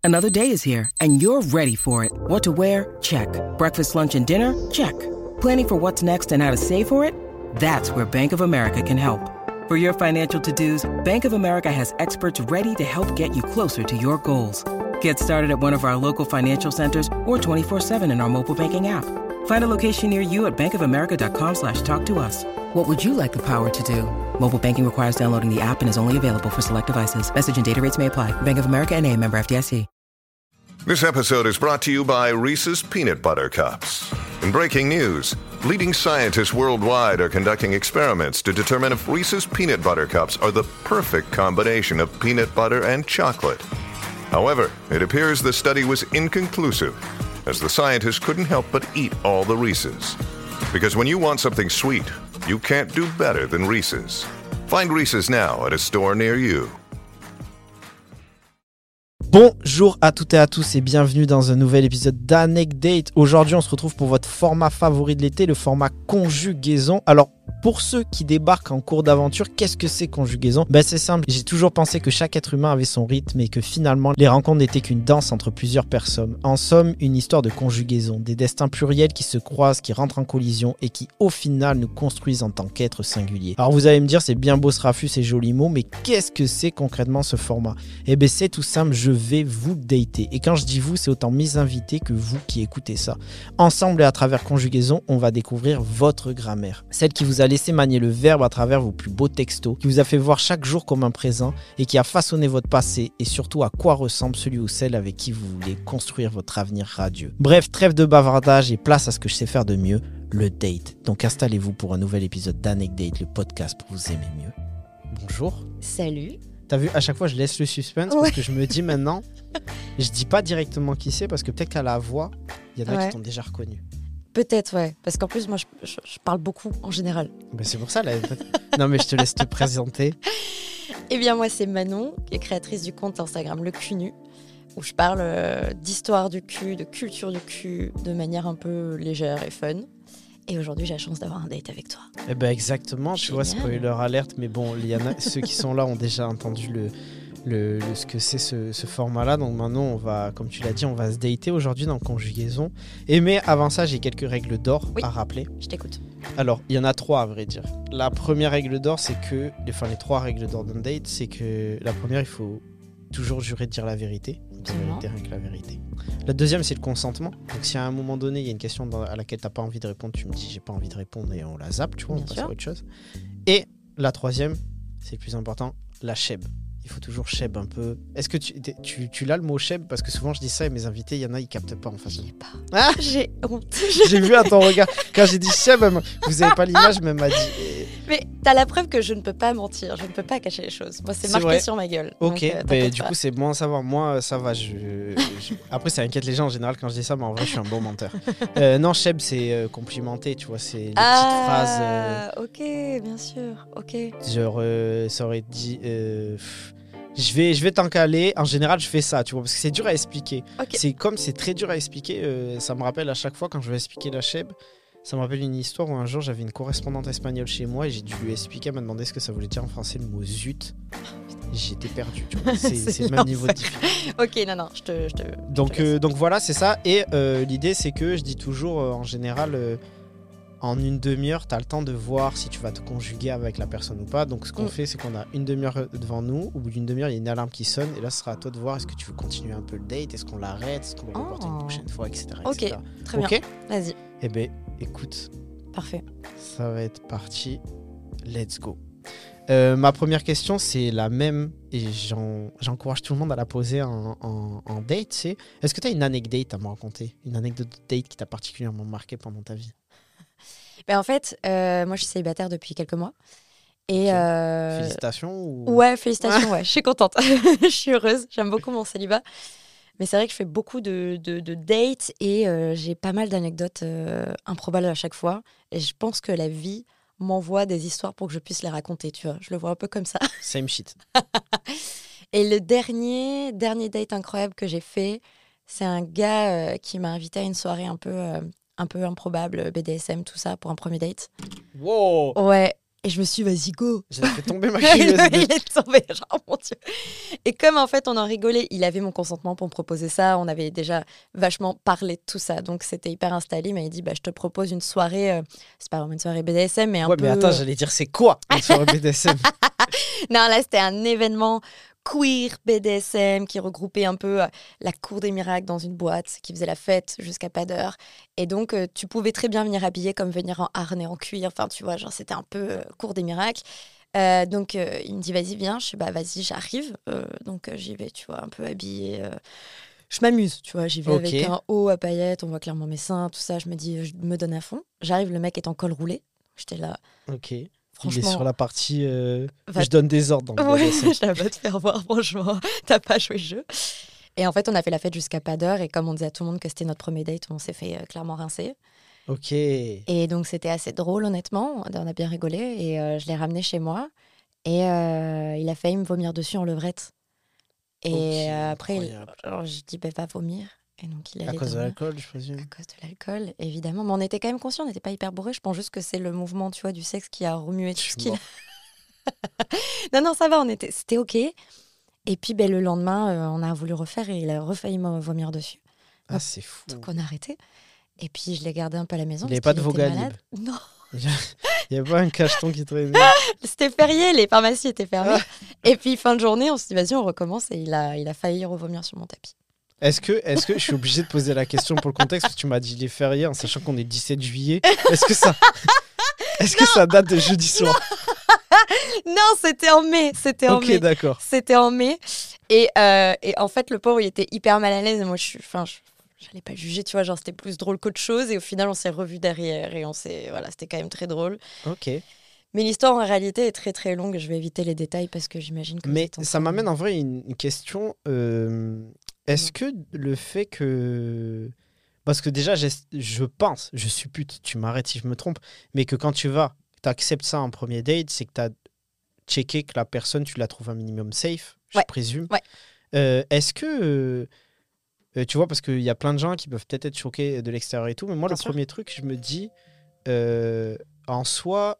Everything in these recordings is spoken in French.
Another day is here, and you're ready for it. What to wear? Check. Breakfast, lunch, and dinner? Check. Planning for what's next and how to save for it? That's where Bank of America can help. For your financial to-dos, Bank of America has experts ready to help get you closer to your goals. Get started at one of our local financial centers or 24/7 in our mobile banking app. Find a location near you at bankofamerica.com/talktous. What would you like the power to do? Mobile banking requires downloading the app and is only available for select devices. Message and data rates may apply. Bank of America N.A., member FDIC. This episode is brought to you by Reese's Peanut Butter Cups. In breaking news, leading scientists worldwide are conducting experiments to determine if Reese's Peanut Butter Cups are the perfect combination of peanut butter and chocolate. However, it appears the study was inconclusive, as the scientists couldn't help but eat all the Reese's. Because when you want something sweet, you can't do better than Reese's. Find Reese's now at a store near you. Bonjour à toutes et à tous et bienvenue dans un nouvel épisode d'Anecdate. Aujourd'hui, on se retrouve pour votre format favori de l'été, le format conjugaison. Alors, pour ceux qui débarquent en cours d'aventure, qu'est-ce que c'est conjugaison ? C'est simple, j'ai toujours pensé que chaque être humain avait son rythme et que finalement, les rencontres n'étaient qu'une danse entre plusieurs personnes. En somme, une histoire de conjugaison, des destins pluriels qui se croisent, qui rentrent en collision et qui, au final, nous construisent en tant qu'êtres singuliers. Alors, vous allez me dire, c'est bien beau ce raffut, ces jolis mots, mais qu'est-ce que c'est concrètement ce format ? C'est tout simple, je vais vous dater. Et quand je dis vous, c'est autant mes invités que vous qui écoutez ça. Ensemble et à travers conjugaison, on va découvrir votre grammaire. Celle qui vous a laissé manier le verbe à travers vos plus beaux textos, qui vous a fait voir chaque jour comme un présent et qui a façonné votre passé et surtout à quoi ressemble celui ou celle avec qui vous voulez construire votre avenir radieux. Bref, trêve de bavardage et place à ce que je sais faire de mieux, le date. Donc installez-vous pour un nouvel épisode d'Anecdate, le podcast pour vous aimer mieux. Bonjour. Salut. T'as vu, à chaque fois je laisse le suspense parce que je me dis maintenant, je dis pas directement qui c'est parce que peut-être qu'à la voix, il y en a qui t'ont déjà reconnu. Peut-être, ouais. Parce qu'en plus, moi, je parle beaucoup en général. C'est pour ça, là. Non, mais je te laisse te présenter. Eh bien, moi, c'est Manon, qui est créatrice du compte Instagram Le Cul Nu, où je parle d'histoire du cul, de culture du cul, de manière un peu légère et fun. Et aujourd'hui, j'ai la chance d'avoir un date avec toi. Exactement, tu vois, spoiler alerte, mais bon, il y en a, ceux qui sont là ont déjà entendu ce que c'est ce format-là. Donc maintenant, on va, comme tu l'as dit, on va se dater aujourd'hui dans conjugaison. Mais avant ça, j'ai quelques règles d'or à rappeler. Je t'écoute. Alors, il y en a 3 à vrai dire. La première règle d'or, c'est que, enfin les 3 règles d'or d'un date, c'est que la première, il faut toujours jurer de dire la vérité. Rien que la vérité. La deuxième, c'est le consentement. Donc si à un moment donné, il y a une question à laquelle tu n'as pas envie de répondre, tu me dis j'ai pas envie de répondre et on la zappe, tu vois, on passe à autre chose. Et la troisième, c'est le plus important, la cheb. Il faut toujours cheb un peu. Est-ce que tu l'as le mot cheb ? Parce que souvent je dis ça et mes invités, il y en a, ils captent pas en face. Je l'ai pas. Ah, j'ai honte. J'ai vu à ton regard. Quand j'ai dit cheb, vous avez pas l'image, mais elle m'a dit. Mais t'as la preuve que je ne peux pas mentir, je ne peux pas cacher les choses. Moi, c'est marqué sur ma gueule. Ok, du coup, c'est bon à savoir. Moi, ça va. Après, ça inquiète les gens en général quand je dis ça, mais en vrai, je suis un bon menteur. Non, cheb, c'est complimenter, tu vois, c'est les petites phrases. Ok, bien sûr. Ok. Genre, ça aurait dit. Je vais t'encaler. En général, je fais ça, tu vois, parce que c'est dur à expliquer. Okay. C'est très dur à expliquer. Ça me rappelle à chaque fois quand je vais expliquer la cheb. Ça me rappelle une histoire où un jour j'avais une correspondante espagnole chez moi et j'ai dû lui expliquer, elle m'a demandé ce que ça voulait dire en français le mot zut. J'étais perdu, tu vois. C'est le même niveau de difficulté. Ok, non, je te donc voilà, c'est ça. Et l'idée, c'est que je dis toujours, en général, en une demi-heure, tu as le temps de voir si tu vas te conjuguer avec la personne ou pas. Donc ce qu'on fait, c'est qu'on a une demi-heure devant nous. Au bout d'une demi-heure, il y a une alarme qui sonne. Et là, ce sera à toi de voir, est-ce que tu veux continuer un peu le date ? Est-ce qu'on l'arrête ? Est-ce qu'on va reporter une prochaine fois, etc. Ok, très bien. Vas-y. Eh bien, écoute. Parfait. Ça va être parti. Let's go. Ma première question, c'est la même et j'encourage tout le monde à la poser en date. C'est, est-ce que tu as une anecdote à me raconter ? Une anecdote de date qui t'a particulièrement marqué pendant ta vie ? En fait, moi, je suis célibataire depuis quelques mois. Et Félicitations Ouais, félicitations, ouais. Je suis contente. Je suis heureuse. J'aime beaucoup mon célibat. Mais c'est vrai que je fais beaucoup de dates et j'ai pas mal d'anecdotes improbables à chaque fois. Et je pense que la vie m'envoie des histoires pour que je puisse les raconter, tu vois. Je le vois un peu comme ça. Same shit. Et le dernier date incroyable que j'ai fait, c'est un gars qui m'a invité à une soirée un peu improbable, BDSM, tout ça, pour un premier date. Wow. Ouais. Et je me suis dit, vas-y, go. J'ai fait tomber ma Il clé USB. est tombé, genre, oh mon Dieu. Et comme en fait, on en rigolait, il avait mon consentement pour me proposer ça. On avait déjà vachement parlé de tout ça. Donc, c'était hyper installé. Il m'a dit, bah, je te propose une soirée. C'est pas vraiment une soirée BDSM, mais un Ouais, peu. mais attends, j'allais dire, c'est quoi une soirée BDSM? Non, là, c'était un événement queer BDSM qui regroupait un peu la cour des miracles dans une boîte qui faisait la fête jusqu'à pas d'heure. Et donc, tu pouvais très bien venir habillé comme venir en harnais, en cuir. Enfin, tu vois, genre, c'était un peu cour des miracles. Donc, il me dit, vas-y, viens. Je suis, bah, vas-y, j'arrive. Donc, j'y vais, tu vois, un peu habillée. Je m'amuse, tu vois. J'y vais Ok. avec un haut à paillettes. On voit clairement mes seins, tout ça. Je me dis, je me donne à fond. J'arrive, le mec est en col roulé. J'étais là. Ok. Il Franchement, est sur la partie Va- je donne des ordres dans le ouais, BDSM. je vais te faire voir, franchement, t'as pas joué le jeu. Et en fait, on a fait la fête jusqu'à pas d'heure. Et comme on disait à tout le monde que c'était notre premier date, on s'est fait clairement rincer. Ok. Et donc, c'était assez drôle, honnêtement. On a bien rigolé. Et je l'ai ramené chez moi. Et il a failli me vomir dessus en levrette. Et Ok, après, incroyable. alors, je dis, bah, va vomir. Et donc, il À allait cause de dormir. l'alcool, je présume. À cause de l'alcool, évidemment. Mais on était quand même conscients, on n'était pas hyper bourrés. Je pense juste que c'est le mouvement, tu vois, du sexe qui a remué tout Je ce suis qu'il a. mort. Non, ça va, c'était OK. Et puis, ben, le lendemain, on a voulu refaire et il a refailli me vomir dessus. Ah, c'est fou. Donc, on a arrêté. Et puis, je l'ai gardé un peu à la maison. Il avait parce pas de qu'il était Vogalib. malade. Non, Il y avait pas un cacheton qui traînait. c'était férié, les pharmacies étaient fermées. Ah. Et puis, fin de journée, on s'est dit, vas-y, on recommence. Et il a failli revomir sur mon tapis. Est-ce que je suis obligé de poser la question pour le contexte parce que tu m'as dit les fériés en sachant qu'on est 17 juillet. Est-ce que ça date de jeudi soir? Non, c'était en mai. C'était en Ok, mai. d'accord. C'était en mai. Et en fait, le pauvre, il était hyper mal à l'aise. Et moi, j'allais pas le juger, tu vois. Genre, c'était plus drôle qu'autre chose. Et au final, on s'est revus derrière. Et voilà, c'était quand même très drôle. Ok. Mais l'histoire, en réalité, est très, très longue. Je vais éviter les détails parce que j'imagine que... Mais ça m'amène en vrai une question. Est-ce que le fait que... Parce que déjà, je pense, je suppute, tu m'arrêtes si je me trompe, mais que quand tu acceptes ça en premier date, c'est que tu as checké que la personne, tu la trouves un minimum safe, je Ouais. présume. Ouais. Est-ce que... tu vois, parce qu'il y a plein de gens qui peuvent peut-être être choqués de l'extérieur et tout, mais moi, Bien le sûr. premier truc, je me dis, en soi,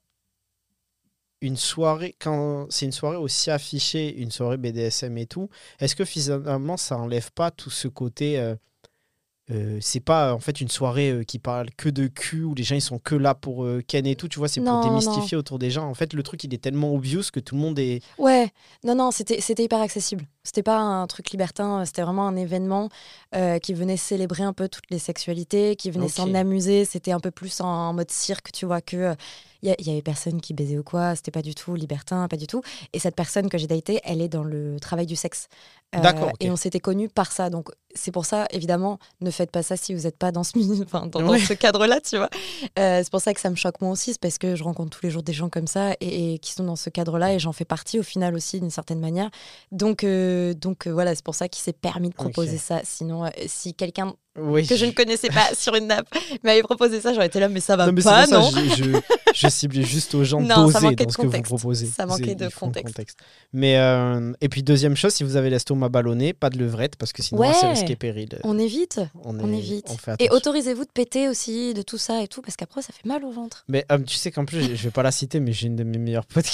une soirée, quand c'est une soirée aussi affichée, une soirée BDSM et tout, est-ce que finalement, ça enlève pas tout ce côté... c'est pas en fait une soirée qui parle que de cul où les gens ils sont que là pour ken et tout, tu vois, c'est pour Non, démystifier autour des gens. En fait, le truc il est tellement obvious que tout le monde est... Ouais, non, c'était hyper accessible. C'était pas un truc libertin, c'était vraiment un événement qui venait célébrer un peu toutes les sexualités, qui venait Ok. s'en amuser. C'était un peu plus en mode cirque, tu vois, que y avait personne qui baisait ou quoi. C'était pas du tout libertin, pas du tout. Et cette personne que j'ai datée, elle est dans le travail du sexe. D'accord, ok. Et on s'était connus par ça. Donc, c'est pour ça, évidemment, ne faites pas ça si vous n'êtes pas dans dans Ouais. ce cadre-là, tu vois. C'est pour ça que ça me choque moi aussi, c'est parce que je rencontre tous les jours des gens comme ça et qui sont dans ce cadre-là et j'en fais partie au final aussi d'une certaine manière. Donc voilà, c'est pour ça qu'il s'est permis de proposer Ok. ça. Sinon, si quelqu'un Oui. que je ne connaissais pas sur une nappe m'avait proposé ça, j'aurais été là, mais ça va Non, mais c'est pas, pour non ça je ciblais juste aux gens Non, ça d'oser manquait dans de ce que vous contexte. proposez. Ça manquait de Il faut le contexte. Mais et puis deuxième chose, si vous avez l'estomac ballonné, pas de levrette parce que sinon Ouais. c'est risqué péril. On évite. On évite. On fait Et attention. autorisez-vous de péter aussi, de tout ça et tout, parce qu'après, ça fait mal au ventre. Mais tu sais qu'en plus, je vais pas la citer, mais j'ai une de mes meilleures potes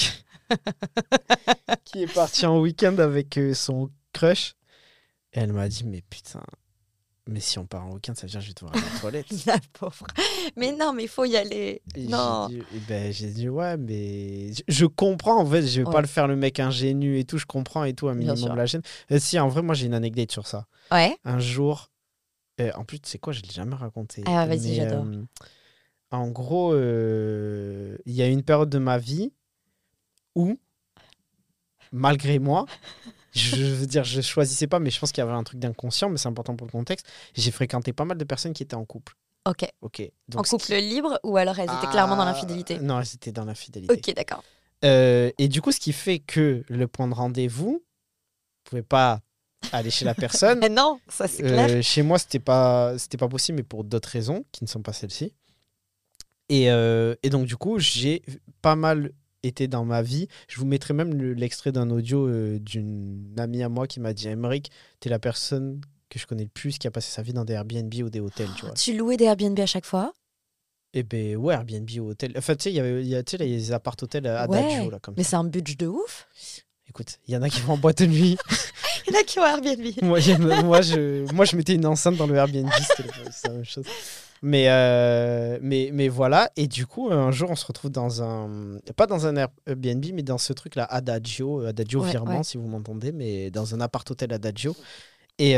qui est partie en week-end avec son crush. Et elle m'a dit, mais putain, mais si on part en week-end, ça veut dire que je vais devoir aller aux toilettes. La pauvre. Mais non, mais il faut y aller. Et Non. j'ai dit, ouais, mais je comprends, en fait, je vais Ouais. pas le faire le mec ingénu et tout, je comprends et tout, un Bien minimum sûr. la gêne. Si, en vrai, moi, j'ai une anecdote sur ça. Ouais. Un jour, en plus, tu sais quoi, je l'ai jamais raconté. Ah, vas-y, mais, j'adore. en gros, il y a une période de ma vie où, malgré moi, je veux dire, je choisissais pas, mais je pense qu'il y avait un truc d'inconscient, mais c'est important pour le contexte. J'ai fréquenté pas mal de personnes qui étaient en couple. Ok. Ok. En Donc, couple libre ou alors elles étaient clairement dans l'infidélité? Non, elles étaient dans l'infidélité. Ok, d'accord. Et du coup, ce qui fait que le point de rendez-vous, vous pouvez pas aller chez la personne. Mais non, ça c'est clair. Chez moi, c'était pas possible, mais pour d'autres raisons qui ne sont pas celles-ci. Et donc, du coup, j'ai pas mal été dans ma vie. Je vous mettrai même l'extrait d'un audio d'une amie à moi qui m'a dit, Aymeric, t'es la personne que je connais le plus qui a passé sa vie dans des Airbnb ou des hôtels, tu vois. Tu louais des Airbnb à chaque fois? Et ben ouais, Airbnb ou hôtel. Enfin, tu sais, il y a tu sais, les appart-hôtels à Ouais. Adagio, là, comme Mais ça. c'est un budget de ouf. Écoute, il y en a qui vont en boîte de nuit. Il y en a qui ont Airbnb. moi, je mettais une enceinte dans le Airbnb, c'est la même chose. Mais voilà. Et du coup, un jour, on se retrouve dans un... Pas dans un Airbnb, mais dans ce truc-là, Adagio Ouais, Virement, ouais. si vous m'entendez, mais dans un appart-hôtel Adagio. Et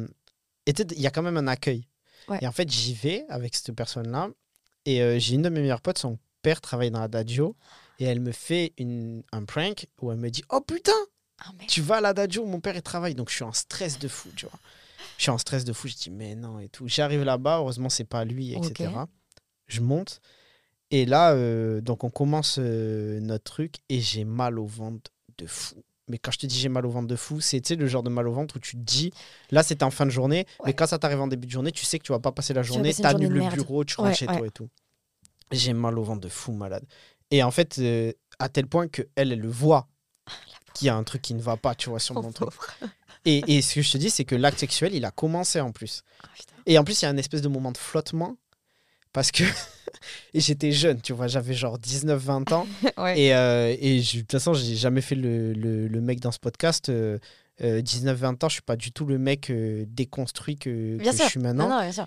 tu sais, il y a quand même un accueil. Ouais. Et en fait, j'y vais avec cette personne-là. Et j'ai une de mes meilleures potes, son père travaille dans Adagio. Et elle me fait un prank où elle me dit « Oh putain, Ah, merde. tu vas à l'Adagio, mon père il travaille. » Donc je suis en stress de fou, tu vois. Je suis en stress de fou, je dis mais non et tout. J'arrive là-bas, heureusement c'est pas lui, etc. Ok. Je monte et là, donc on commence notre truc et j'ai mal au ventre de fou. Mais quand je te dis j'ai mal au ventre de fou, c'est tu sais, le genre de mal au ventre où tu te dis, là c'était en fin de journée, mais Ouais. quand ça t'arrive en début de journée, tu sais que tu vas pas passer la vas journée, passer une journée t'annules de le merde. bureau, tu rentres Ouais, chez ouais. toi et tout. J'ai mal au ventre de fou, malade. Et en fait, à tel point que elle le voit qu'il y a un truc qui ne va pas, tu vois, sur Oh, mon truc. pauvre. Et ce que je te dis, c'est que l'acte sexuel, il a commencé en plus. Ah, putain. Et en plus, il y a un espèce de moment de flottement. Parce que et j'étais jeune, tu vois, j'avais genre 19-20 ans. Ouais. Et de toute façon, j'ai jamais fait le mec dans ce podcast. 19-20 ans, je suis pas du tout le mec déconstruit que Bien je sûr. suis maintenant. Non, bien sûr.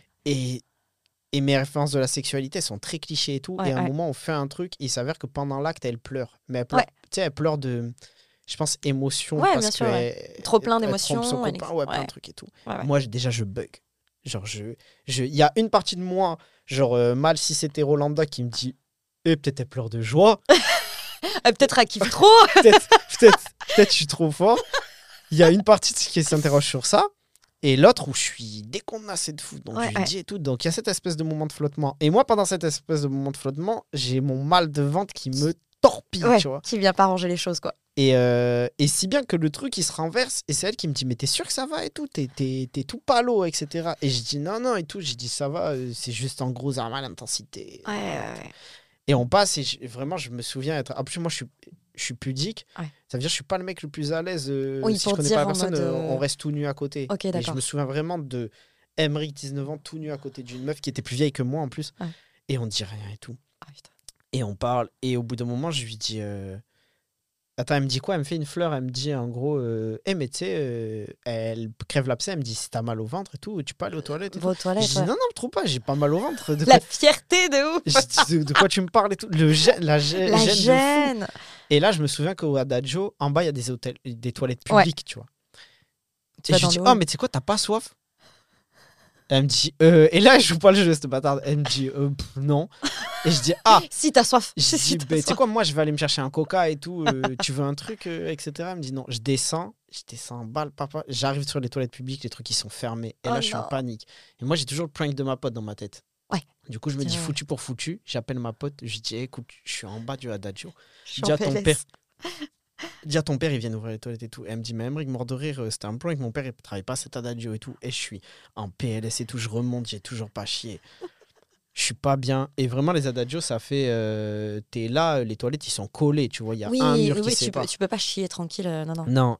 Et mes références de la sexualité sont très clichés et tout. Ouais, et à un ouais. moment, on fait un truc, et il s'avère que pendant l'acte, elle pleure. Mais elle pleure, Ouais. tu sais, elle pleure de, je pense, émotion. Ouais, parce bien sûr, que ouais. Trop plein elle d'émotions, trompe son elle copain, est- ouais, plein de ouais. trucs et tout. Ouais, ouais. Moi, déjà, je bug. Genre, il y a une partie de moi, genre, mal si c'était Rolanda, qui me dit, peut-être elle pleure de joie. Ah, peut-être elle kiffe trop. Peut-être je suis trop fort. Il y a une partie qui s'interroge sur ça. Et l'autre où je suis décontenancé de fou. Donc Ouais, je lui ouais. dis et tout. Donc il y a cette espèce de moment de flottement. Et moi, pendant cette espèce de moment de flottement, j'ai mon mal de ventre qui me torpille, Ouais, tu vois. qui vient pas arranger les choses, quoi. Et si bien que le truc, il se renverse. Et c'est elle qui me dit, mais t'es sûr que ça va et tout? T'es tout palo, etc. Et je dis, non et tout. J'ai dit, ça va, c'est juste en gros à mal intensité. Ouais. Et on passe et vraiment, je me souviens être... En plus, moi, je suis pudique. Ouais. Ça veut dire que je suis pas le mec le plus à l'aise. Oui, Si pour je connais dire pas la en personne, mode, on reste tout nu à côté. Ok, Et je d'accord. me souviens vraiment de Emmerich, 19 ans, tout nu à côté d'une meuf qui était plus vieille que moi en plus. Ouais. Et on dit rien et tout. Ah, putain. Et on parle. Et au bout d'un moment, je lui dis... Attends, elle me dit quoi? Elle me fait une fleur. Elle me dit en gros... mais tu sais, elle crève l'abcès. Elle me dit, si t'as mal au ventre et tout, tu peux aller aux toilettes et tout. Vos Je toilettes, dis, ouais. non, trop pas, j'ai pas mal au ventre. De La quoi... fierté de ouf. Je dis, de quoi tu me parles et tout? La La gêne de fou. gêne. Et là, je me souviens qu'au Adagio, en bas, il y a des hôtels, des toilettes Ouais. publiques, tu vois. Tu Et vas je dans lui dis, le oh, hall. mais tu sais quoi, t'as pas soif? Elle me dit, et là, je joue pas le jeu, cette bâtarde. Elle me dit, non. Et je dis, ah, Si t'as soif. je Si dis, t'as ben, tu sais soif. quoi, moi, je vais aller me chercher un coca et tout. Tu veux un truc, etc. Elle me dit, non. Je descends en balle, papa. J'arrive sur les toilettes publiques, les trucs, ils sont fermés. Et là, Oh je suis en non. panique. Et moi, j'ai toujours le prank de ma pote dans ma tête. Ouais. Du coup, je me C'est dis, vrai. foutu pour foutu. J'appelle ma pote. Je lui dis, écoute, je suis en bas du Adagio. Je suis Dis en à ton PLS. père. Dis à ton père, il vient ouvrir les toilettes et tout. Et elle me dit, mais Emmerich, mort de rire, c'était un prank. Mon père, il travaille pas à cet Adagio et tout. Et je suis en PLS et tout. Je remonte, j'ai toujours pas chié. Je suis pas bien. Et vraiment, les Adagio, ça fait. T'es là, les toilettes, ils sont collés, tu vois. Il y a Oui, un mur oui, qui tu sépare. peux pas chier tranquille. Non, non. Non.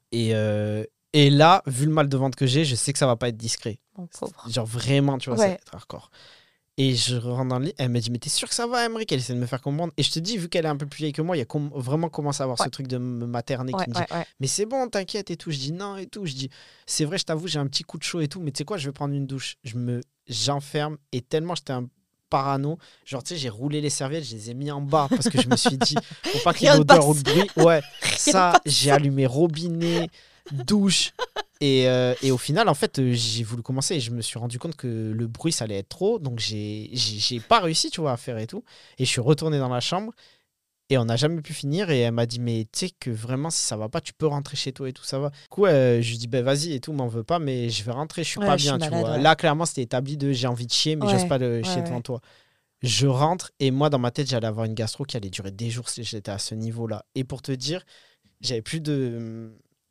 Et là, vu le mal de ventre que j'ai, je sais que ça va pas être discret. Mon pauvre. Genre vraiment, tu vois, ça Ouais. va être hardcore. Et je rentre dans le lit, elle me dit, mais t'es sûr que ça va, Emmerich? Elle essaie de me faire comprendre. Et je te dis, vu qu'elle est un peu plus vieille que moi, il y a vraiment commencé à avoir ce Ouais. truc de me materner qui me dit, Ouais. mais c'est bon, t'inquiète et tout. Je dis non et tout. Je dis, c'est vrai, je t'avoue, j'ai un petit coup de chaud et tout, mais tu sais quoi, je vais prendre une douche. J'enferme et tellement j'étais un parano, genre tu sais, j'ai roulé les serviettes, je les ai mis en bas parce que je me suis dit, faut pas qu'il y ait Rien ne d'odeur passe. ou de bruit. Ouais, ça, passe. j'ai allumé robinet, douche. Et au final, en fait, j'ai voulu commencer et je me suis rendu compte que le bruit, ça allait être trop. Donc, j'ai pas réussi, tu vois, à faire et tout. Et je suis retourné dans la chambre et on n'a jamais pu finir. Et elle m'a dit, mais tu sais que vraiment, si ça va pas, tu peux rentrer chez toi et tout, ça va. Du coup, je lui dis, ben vas-y et tout, m'en veux pas, mais je vais rentrer, je suis Ouais, pas je suis bien, tu malade, vois. ouais. Là, clairement, c'était établi de j'ai envie de chier, mais Ouais, j'ose pas le chier ouais, devant ouais. toi. Je rentre et moi, dans ma tête, j'allais avoir une gastro qui allait durer des jours si j'étais à ce niveau-là. Et pour te dire, j'avais plus de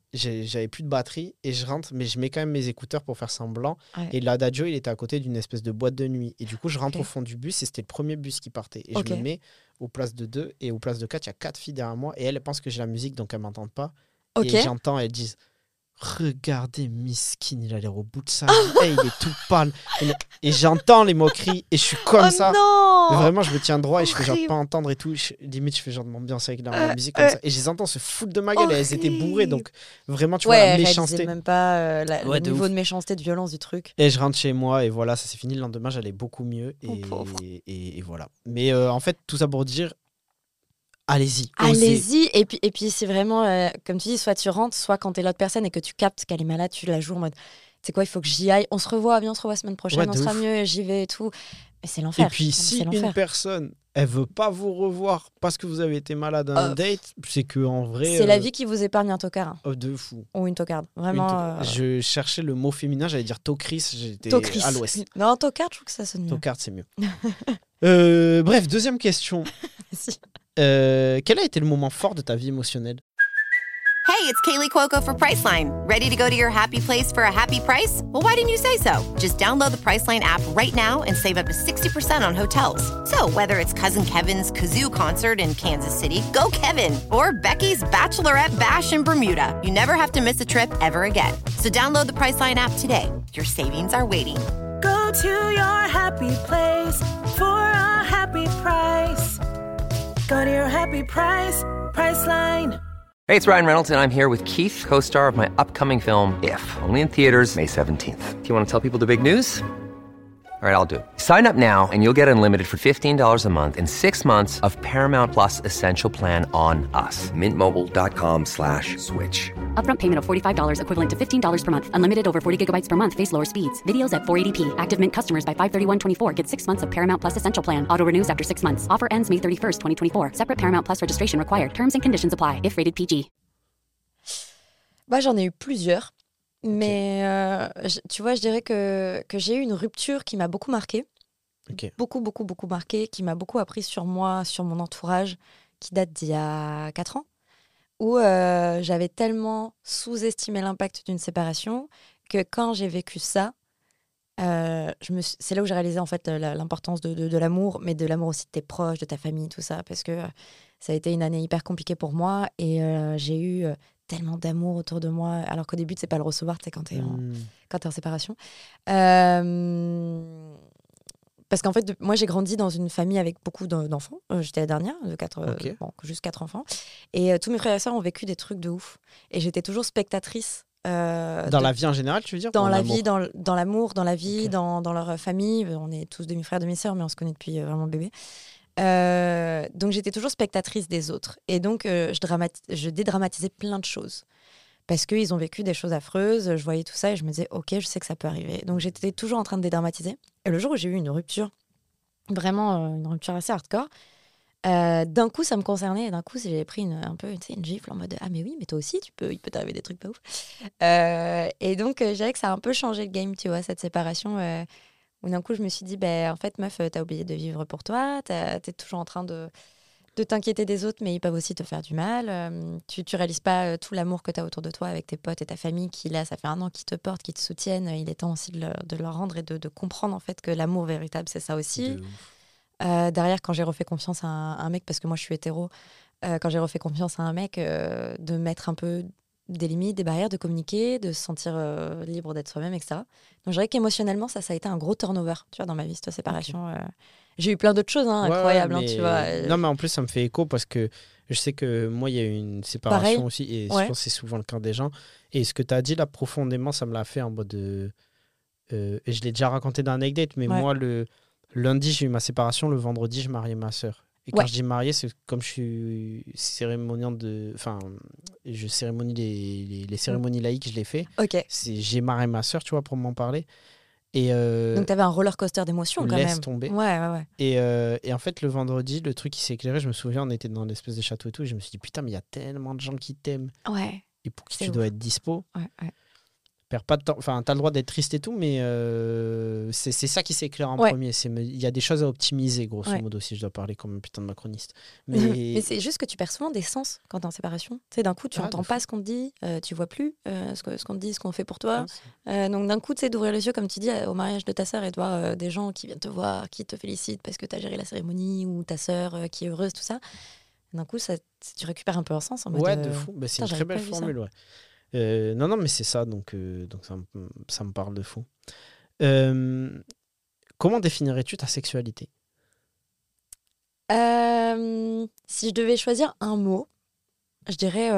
batterie et je rentre, mais je mets quand même mes écouteurs pour faire semblant. Ouais. Et l'Adagio, il était à côté d'une espèce de boîte de nuit. Et du coup, je rentre Ok. au fond du bus et c'était le premier bus qui partait. Et Ok. je me mets aux places de 2 et aux places de 4, il y a 4 filles derrière moi et elles pensent que j'ai la musique donc elles m'entendent pas. Ok. Et j'entends, elles disent regardez, Miskin, il a l'air au bout de sa vie. Hey, il est tout pâle. Et j'entends les moqueries et je suis comme ça. Non Mais vraiment, je me tiens droit et je fais genre Horrible. pas entendre et tout. Limite, je fais genre de m'ambiance avec la musique comme ça. Et je les entends se foutre de ma gueule et elles étaient bourrées. Donc vraiment, tu vois, la elle méchanceté. réalisait même pas Ouais, le de niveau ouf. de méchanceté, de violence du truc. Et je rentre chez moi et voilà, ça s'est fini. Le lendemain, j'allais beaucoup mieux. Mon pauvre. Et voilà. Mais en fait, tout ça pour dire, allez-y. osez. Allez-y, et puis c'est vraiment, comme tu dis, soit tu rentres, soit quand t'es l'autre personne et que tu captes qu'elle est malade, tu la joues en mode, tu sais quoi, il faut que j'y aille, on se revoit, viens, on se revoit la semaine prochaine, Ouais, on de sera ouf. mieux, j'y vais et tout. Mais c'est l'enfer. Et puis, Non, mais si c'est une l'enfer. personne, elle veut pas vous revoir parce que vous avez été malade à un date, c'est que en vrai. C'est la vie qui vous épargne un tocard, hein, Oh, de fou. ou une tocarde. Vraiment. Je cherchais le mot féminin, j'allais dire tocris, j'étais Tocris. à l'ouest. Non, tocarde, je trouve que ça sonne mieux. Tocard, c'est mieux. Bref, deuxième question. Si. Quel a été le moment fort de ta vie émotionnelle? Hey, it's Kaylee Cuoco for Priceline. Ready to go to your happy place for a happy price? Well, why didn't you say so? Just download the Priceline app right now and save up to 60% on hotels. So, whether it's Cousin Kevin's Kazoo concert in Kansas City, go Kevin, or Becky's Bachelorette Bash in Bermuda, you never have to miss a trip ever again. So, download the Priceline app today. Your savings are waiting. Go to your happy place for a happy price. Go to your happy price, Priceline. Hey, it's Ryan Reynolds, and I'm here with Keith, co-star of my upcoming film, If, only in theaters May 17th. Do you want to tell people the big news? All right, I'll do it. Sign up now and you'll get unlimited for $15 a month and 6 months of Paramount Plus Essential Plan on us. MintMobile.com/switch. Upfront payment of $45 equivalent to $15 per month. Unlimited over 40 gigabytes per month. Face lower speeds. Videos at 480p. Active Mint customers by 531.24 get 6 months of Paramount Plus Essential Plan. Auto renews after 6 months. Offer ends May 31st, 2024. Separate Paramount Plus registration required. Terms and conditions apply if rated PG. Bah, j'en ai eu plusieurs. Mais tu vois, je dirais que j'ai eu une rupture qui m'a beaucoup marquée. Ok. Beaucoup marquée, qui m'a beaucoup appris sur moi, sur mon entourage, qui date d'il y a 4 ans, où j'avais tellement sous-estimé l'impact d'une séparation que quand j'ai vécu ça, c'est là où j'ai réalisé en fait l'importance de l'amour, mais de l'amour aussi de tes proches, de ta famille, tout ça, parce que ça a été une année hyper compliquée pour moi et j'ai eu tellement d'amour autour de moi, alors qu'au début, tu sais pas le recevoir, tu sais, quand t'es en séparation. Parce qu'en fait, moi, j'ai grandi dans une famille avec beaucoup d'enfants. J'étais la dernière, juste 4 enfants. Et tous mes frères et sœurs ont vécu des trucs de ouf. Et j'étais toujours spectatrice. Dans la vie en général, tu veux dire? Dans ou la l'amour? vie, dans l'amour, dans la vie, Ok. dans leur famille. On est tous demi-frères, demi-sœurs, mais on se connaît depuis vraiment bébé. Donc j'étais toujours spectatrice des autres. Et donc je dédramatisais plein de choses. Parce qu'ils ont vécu des choses affreuses, je voyais tout ça et je me disais, ok, je sais que ça peut arriver. Donc j'étais toujours en train de dédramatiser. Et le jour où j'ai eu une rupture, vraiment une rupture assez hardcore, d'un coup ça me concernait et d'un coup j'ai pris un peu une gifle en mode, ah mais oui, mais toi aussi, il peut t'arriver des trucs pas ouf. Et donc je dirais que ça a un peu changé le game, tu vois, cette séparation. Où d'un coup je me suis dit, en fait meuf, t'as oublié de vivre pour toi, t'es toujours en train de t'inquiéter des autres, mais ils peuvent aussi te faire du mal. Tu réalises pas tout l'amour que tu as autour de toi avec tes potes et ta famille qui, là, ça fait 1 an qu'ils te portent, qu'ils te soutiennent. Il est temps aussi de leur rendre et de comprendre en fait que l'amour véritable, c'est ça aussi. De ouf. Derrière, quand j'ai refait confiance à un mec, parce que moi je suis hétéro, quand j'ai refait confiance à un mec, de mettre un peu des limites, des barrières, de communiquer, de se sentir libre d'être soi-même, etc. Donc je dirais qu'émotionnellement, ça a été un gros turnover, tu vois, dans ma vie, cette séparation. J'ai eu plein d'autres choses incroyables, Ouais, tu vois. Non, mais en plus, ça me fait écho parce que je sais que moi, il y a eu une séparation Pareil. aussi, et Ouais. je pense que c'est souvent le cas des gens. Et ce que tu as dit là, profondément, ça me l'a fait en mode de. Et je l'ai déjà raconté dans Anecdote, mais Ouais. moi, le lundi, j'ai eu ma séparation, le vendredi, je mariais ma sœur. Et quand Ouais. je dis marié, c'est comme je suis cérémoniant de. Enfin, je cérémonie les cérémonies laïques, je les fais. Ok. J'ai marié ma sœur, tu vois, pour m'en parler. Et Donc t'avais un roller coaster d'émotions quand laisse même. tomber. Ouais. Et en fait, le vendredi, le truc qui s'est éclairé, je me souviens, on était dans l'espèce de château et tout, et je me suis dit, putain, mais il y a tellement de gens qui t'aiment Ouais. et pour qui C'est tu ouf. dois être dispo. Ouais. Perds pas de temps. Enfin, t'as le droit d'être triste et tout, mais c'est ça qui s'est éclairé en Ouais. premier. Il y a des choses à optimiser, grosso Ouais. modo, si je dois parler comme un putain de macroniste. Mais c'est juste que tu perds souvent des sens quand t'es en séparation. Tu sais, d'un coup, tu Ah, n'entends de pas fou. ce qu'on te dit, tu vois plus ce qu'on te dit, ce qu'on fait pour toi. Ah, Donc d'un coup, tu sais, d'ouvrir les yeux, comme tu dis, au mariage de ta sœur et de voir des gens qui viennent te voir, qui te félicitent parce que tu as géré la cérémonie ou ta sœur qui est heureuse, tout ça. D'un coup, tu récupères un peu un sens en mode. ouais, de fou. Bah, c'est putain, une très j'avais belle pas vu ça. formule, ouais. Non, mais c'est ça, donc ça me parle de fou. Comment définirais-tu ta sexualité ? Si je devais choisir un mot, je dirais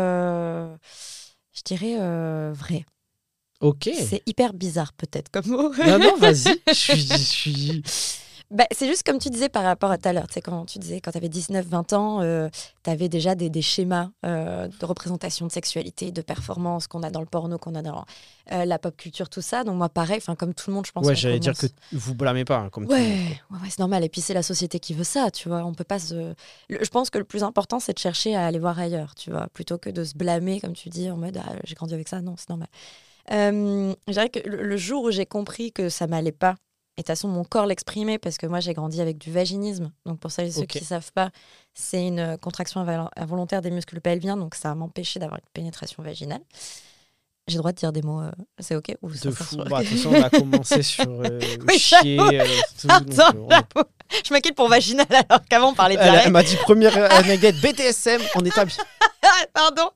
vrai. Ok. C'est hyper bizarre peut-être comme mot. Non, vas-y. Je suis... Bah, c'est juste comme tu disais par rapport à tout à l'heure. Tu sais, quand tu disais quand tu avais 19-20 ans, tu avais déjà des schémas de représentation de sexualité, de performance qu'on a dans le porno, qu'on a dans la pop culture, tout ça. Donc moi, pareil, comme tout le monde, je pense. Ouais, j'allais dire que vous blâmez pas, hein, comme tout le monde. Ouais, c'est normal. Et puis c'est la société qui veut ça, tu vois. On peut pas je pense que le plus important, c'est de chercher à aller voir ailleurs, tu vois, plutôt que de se blâmer, comme tu dis, en mode j'ai grandi avec ça. Non, c'est normal. Je dirais que le jour où j'ai compris que ça m'allait pas, et de toute façon, mon corps l'exprimait parce que moi, j'ai grandi avec du vaginisme. Donc, pour celles et ceux qui ne savent pas, c'est une contraction involontaire des muscles pelviens. Donc, ça m'empêchait d'avoir une pénétration vaginale. J'ai le droit de dire des mots, c'est OK ou de fou. Bah, de toute façon, on a commencé sur chier. Tout, je m'inquiète pour vaginal alors qu'avant, on parlait de diarrhée. Elle m'a dit première anecdote BDSM, on est habillés. Pardon.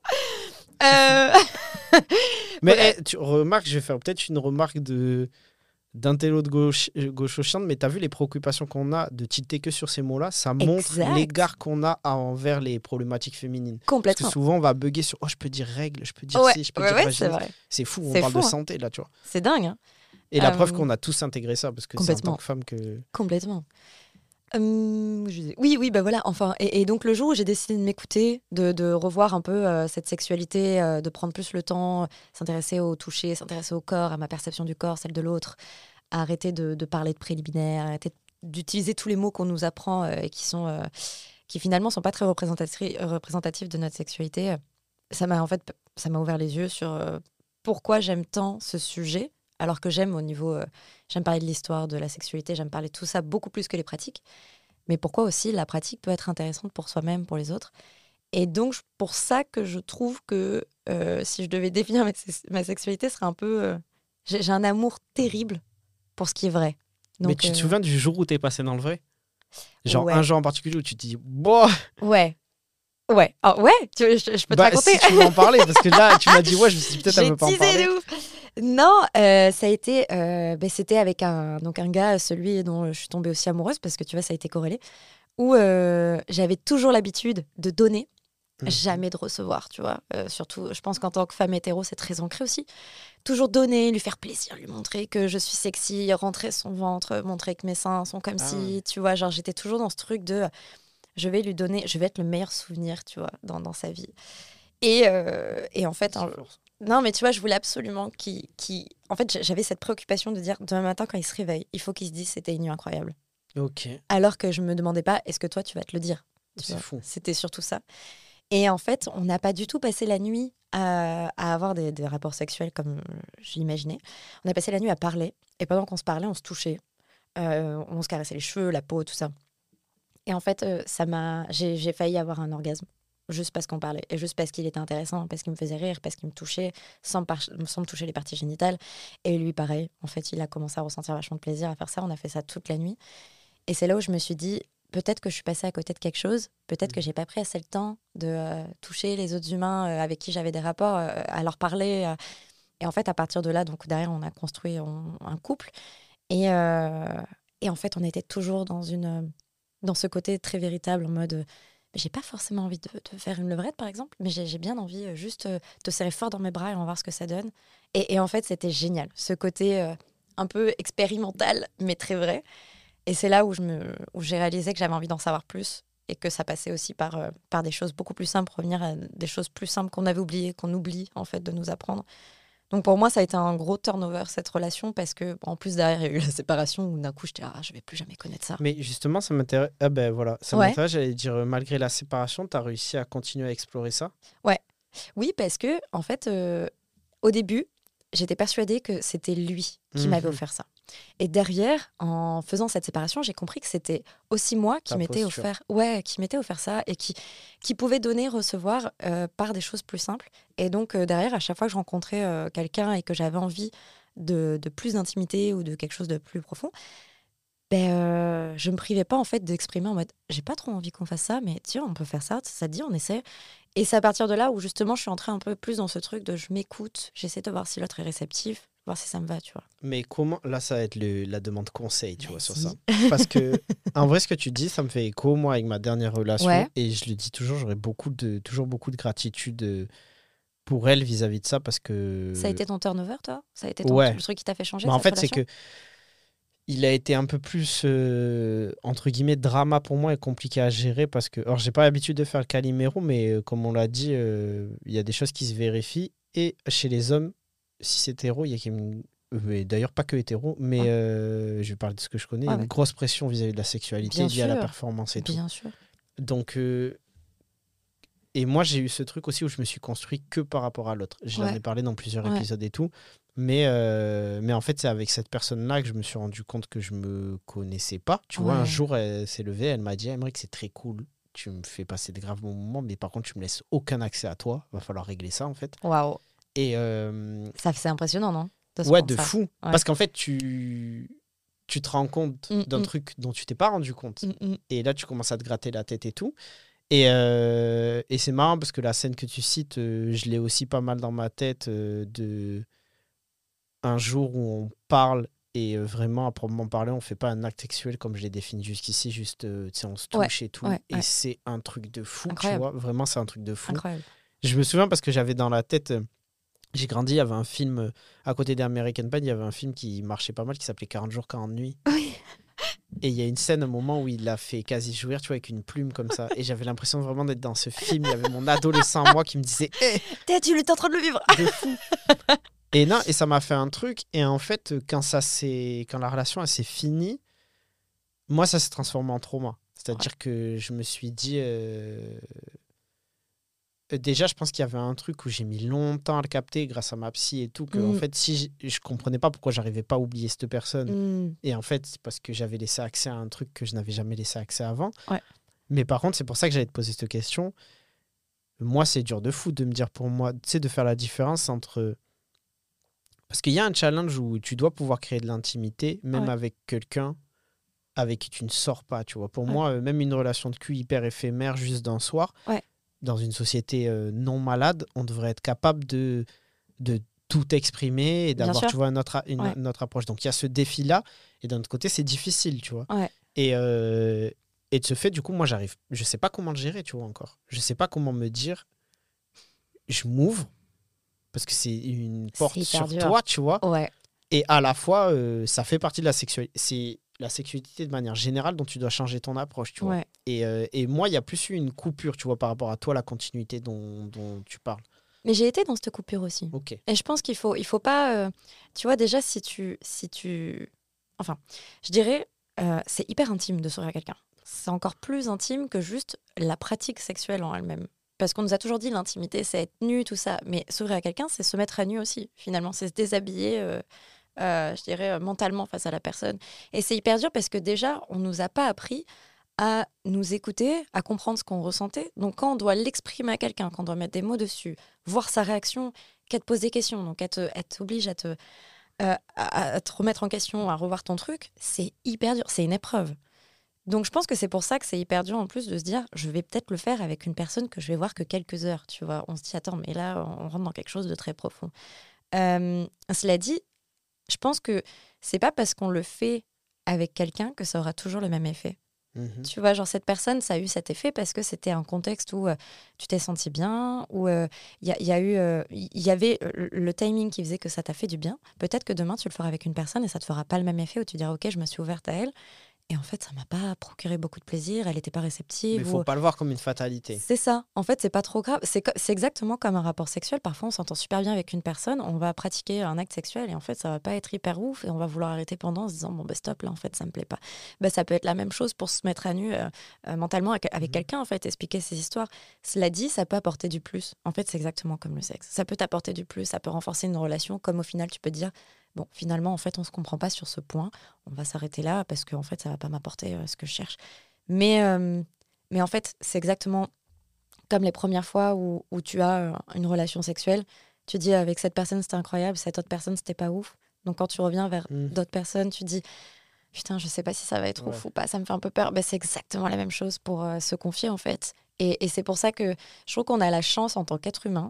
Mais tu remarques, je vais faire peut-être une remarque d'intello de gaucho chiante, mais t'as vu les préoccupations qu'on a de tilter que sur ces mots-là, ça montre l'égard qu'on a envers les problématiques féminines. Complètement. Parce que souvent on va bugger sur je peux dire règle, je peux dire si, je peux dire vaginisme. C'est fou, on parle de santé là, tu vois. C'est dingue. Hein. Et la preuve qu'on a tous intégré ça, parce que c'est en tant que femme que... Complètement. Oui, bah voilà. Enfin, et donc le jour où j'ai décidé de m'écouter, de revoir un peu cette sexualité, de prendre plus le temps, s'intéresser au toucher, s'intéresser au corps, à ma perception du corps, celle de l'autre, arrêter de parler de préliminaire, arrêter d'utiliser tous les mots qu'on nous apprend et qui finalement sont pas très représentatifs de notre sexualité. Ça m'a ouvert les yeux sur pourquoi j'aime tant ce sujet. Alors que j'aime j'aime parler de l'histoire, de la sexualité, j'aime parler de tout ça beaucoup plus que les pratiques. Mais pourquoi aussi la pratique peut être intéressante pour soi-même, pour les autres. Et donc, pour ça que je trouve que si je devais définir ma sexualité, ce serait un peu... j'ai un amour terrible pour ce qui est vrai. Donc, mais tu te souviens du jour où t'es passé dans le vrai ? Genre un jour en particulier où tu te dis... Boah ! Ouais. Ouais, je peux te raconter. Si tu veux en parler, parce que là, tu m'as dit ouais, je me suis dit peut-être elle veut pas en parler. De ouf. Non, ça a été, c'était avec un gars, celui dont je suis tombée aussi amoureuse, parce que tu vois, ça a été corrélé, où j'avais toujours l'habitude de donner, jamais de recevoir, tu vois. Surtout, je pense qu'en tant que femme hétéro, c'est très ancré aussi. Toujours donner, lui faire plaisir, lui montrer que je suis sexy, rentrer son ventre, montrer que mes seins sont comme si, tu vois, genre j'étais toujours dans ce truc de... Je vais lui donner, je vais être le meilleur souvenir, tu vois, dans sa vie. Et en fait, non, mais tu vois, je voulais absolument En fait, j'avais cette préoccupation de dire, demain matin, quand il se réveille, il faut qu'il se dise, c'était une nuit incroyable. Ok. Alors que je me demandais pas, est-ce que toi, tu vas te le dire ? C'est fou. C'était surtout ça. Et en fait, on n'a pas du tout passé la nuit à avoir des rapports sexuels comme je l'imaginais. On a passé la nuit à parler. Et pendant qu'on se parlait, on se touchait. On se caressait les cheveux, la peau, tout ça. Et en fait, j'ai failli avoir un orgasme, juste parce qu'on parlait, et juste parce qu'il était intéressant, parce qu'il me faisait rire, parce qu'il me touchait, sans me toucher les parties génitales. Et lui, pareil, en fait, il a commencé à ressentir vachement de plaisir à faire ça. On a fait ça toute la nuit. Et c'est là où je me suis dit, peut-être que je suis passée à côté de quelque chose, peut-être que j'ai pas pris assez le temps de toucher les autres humains avec qui j'avais des rapports, à leur parler. Et en fait, à partir de là, donc derrière, on a construit un couple. Et en fait, on était toujours dans ce côté très véritable, en mode j'ai pas forcément envie de faire une levrette par exemple, mais j'ai bien envie juste de serrer fort dans mes bras et on va voir ce que ça donne. Et en fait, c'était génial, ce côté un peu expérimental, mais très vrai. Et c'est là où j'ai réalisé que j'avais envie d'en savoir plus et que ça passait aussi par des choses beaucoup plus simples, revenir à des choses plus simples qu'on avait oubliées, qu'on oublie en fait de nous apprendre. Donc pour moi, ça a été un gros turnover, cette relation, parce que en plus derrière, il y a eu la séparation où d'un coup, j'étais je vais plus jamais connaître ça. Mais justement, ça m'intéresse. Ah ben voilà, ça m'intéresse. J'allais dire, malgré la séparation, tu as réussi à continuer à explorer ça ? Ouais. Oui, parce que en fait, au début, j'étais persuadée que c'était lui qui m'avait offert ça. Et derrière, en faisant cette séparation, j'ai compris que c'était aussi moi qui m'étais offert ça et qui pouvait donner, recevoir par des choses plus simples. Et donc derrière, à chaque fois que je rencontrais quelqu'un et que j'avais envie de plus d'intimité ou de quelque chose de plus profond, je me privais pas en fait d'exprimer en mode j'ai pas trop envie qu'on fasse ça, mais tiens, on peut faire ça, ça te dit, on essaie. Et c'est à partir de là où justement je suis entrée un peu plus dans ce truc de je m'écoute, j'essaie de voir si l'autre est réceptif, voir si ça me va, tu vois. Mais comment... Là, ça va être la demande conseil, tu vois, sur Vas-y. ça. Parce que, en vrai, ce que tu dis, ça me fait écho, moi, avec ma dernière relation. Ouais. Et je le dis toujours, j'aurais toujours beaucoup de gratitude pour elle vis-à-vis de ça, parce que... Ça a été ton turnover, toi ? Ça a été Ouais. le truc qui t'a fait changer Mais en cette fait, c'est relation que il a été un peu plus, entre guillemets, drama pour moi et compliqué à gérer parce que, alors, j'ai pas l'habitude de faire le Calimero, mais comme on l'a dit, il y a des choses qui se vérifient. Et chez les hommes, si c'est hétéro, il y a quand même et d'ailleurs pas que hétéro, mais je vais parler de ce que je connais, il y a une grosse pression vis-à-vis de la sexualité Bien liée à la sûr. performance et tout. Bien sûr. Donc, et moi, j'ai eu ce truc aussi où je me suis construit que par rapport à l'autre. J'en ai parlé dans plusieurs épisodes et tout. Mais en fait, c'est avec cette personne-là que je me suis rendu compte que je me connaissais pas. Tu vois, un jour, elle s'est levée, elle m'a dit Aymeric, c'est très cool. Tu me fais passer de graves bons moments, mais par contre, tu me laisses aucun accès à toi. Va falloir régler ça, en fait. Waouh. Et c'est impressionnant, non ? De fou. Ouais. Parce qu'en fait, tu te rends compte d'un truc dont tu t'es pas rendu compte. Et là, tu commences à te gratter la tête et tout. Et c'est marrant parce que la scène que tu cites, je l'ai aussi pas mal dans ma tête de un jour où on parle et vraiment, à proprement parler, on fait pas un acte sexuel comme je l'ai défini jusqu'ici, juste on se touche et tout. Et c'est un truc de fou, incroyable. Tu vois. Vraiment, c'est un truc de fou. Incroyable. Je me souviens parce que j'avais dans la tête... j'ai grandi, il y avait un film, à côté d'American Pie, il y avait un film qui marchait pas mal, qui s'appelait 40 jours, 40 nuits. Oui. Et il y a une scène, un moment où il l'a fait quasi jouir, tu vois, avec une plume comme ça. Et j'avais l'impression vraiment d'être dans ce film. Il y avait mon adolescent, moi, qui me disait hey, tu es en train de le vivre. De fou. Et non, et ça m'a fait un truc. Et en fait, quand la relation elle s'est finie, moi, ça s'est transformé en trauma. C'est-à-dire que je me suis dit... Déjà, je pense qu'il y avait un truc où j'ai mis longtemps à le capter grâce à ma psy et tout, que en fait, si je comprenais pas pourquoi j'arrivais pas à oublier cette personne. Et en fait, c'est parce que j'avais laissé accès à un truc que je n'avais jamais laissé accès avant. Ouais. Mais par contre, c'est pour ça que j'allais te poser cette question. Moi, c'est dur de fou de me dire pour moi, tu sais, de faire la différence entre... Parce qu'il y a un challenge où tu dois pouvoir créer de l'intimité, même avec quelqu'un avec qui tu ne sors pas, tu vois. Pour moi, même une relation de cul hyper éphémère, juste d'un soir... Dans une société non malade, on devrait être capable de tout exprimer et d'avoir, tu vois, notre approche. Donc, il y a ce défi-là. Et d'un autre côté, c'est difficile, tu vois. Ouais. Et de ce fait, du coup, moi, j'arrive... Je sais pas comment le gérer, tu vois, encore. Je sais pas comment me dire... Je m'ouvre, parce que c'est une porte sur toi, tu vois. Ouais. Et à la fois, ça fait partie de la sexualité. C'est la sexualité de manière générale dont tu dois changer ton approche, tu vois. Et moi, il y a plus eu une coupure, tu vois, par rapport à toi, la continuité dont tu parles. Mais j'ai été dans cette coupure aussi. Okay. Et je pense qu'il faut pas... tu vois, déjà, si tu... Enfin, je dirais, c'est hyper intime de sourire à quelqu'un. C'est encore plus intime que juste la pratique sexuelle en elle-même. Parce qu'on nous a toujours dit l'intimité, c'est être nu, tout ça. Mais sourire à quelqu'un, c'est se mettre à nu aussi, finalement. C'est se déshabiller... je dirais mentalement face à la personne. Et c'est hyper dur parce que déjà, on ne nous a pas appris à nous écouter, à comprendre ce qu'on ressentait. Donc quand on doit l'exprimer à quelqu'un, quand on doit mettre des mots dessus, voir sa réaction, qu'elle te pose des questions, donc elle t'oblige à te remettre en question, à revoir ton truc, c'est hyper dur, c'est une épreuve. Donc je pense que c'est pour ça que c'est hyper dur en plus de se dire, je vais peut-être le faire avec une personne que je vais voir que quelques heures, tu vois. On se dit, attends, mais là, on rentre dans quelque chose de très profond. Cela dit, je pense que c'est pas parce qu'on le fait avec quelqu'un que ça aura toujours le même effet. Tu vois, genre cette personne, ça a eu cet effet parce que c'était un contexte où tu t'es senti bien, où il y avait le timing qui faisait que ça t'a fait du bien. Peut-être que demain, tu le feras avec une personne et ça te fera pas le même effet où tu diras, ok, je me suis ouverte à elle. Et en fait, ça m'a pas procuré beaucoup de plaisir, elle était pas réceptive. Mais il faut pas le voir comme une fatalité. C'est ça. En fait, c'est pas trop grave. C'est exactement comme un rapport sexuel. Parfois, on s'entend super bien avec une personne, on va pratiquer un acte sexuel et en fait, ça va pas être hyper ouf et on va vouloir arrêter pendant en se disant, bon, bah, stop, là, en fait, ça me plaît pas. Bah, ça peut être la même chose pour se mettre à nu mentalement avec quelqu'un, en fait, expliquer ses histoires. Cela dit, ça peut apporter du plus. En fait, c'est exactement comme le sexe. Ça peut t'apporter du plus, ça peut renforcer une relation, comme au final, tu peux te dire, bon, finalement, en fait, on se comprend pas sur ce point. On va s'arrêter là parce que en fait, ça va pas m'apporter ce que je cherche. Mais en fait, c'est exactement comme les premières fois où tu as une relation sexuelle. Tu dis, avec cette personne, c'était incroyable. Cette autre personne, c'était pas ouf. Donc, quand tu reviens vers d'autres personnes, tu dis, putain, je sais pas si ça va être Ouais. ouf ou pas, ça me fait un peu peur. C'est exactement la même chose pour se confier, en fait. Et c'est pour ça que je trouve qu'on a la chance, en tant qu'être humain,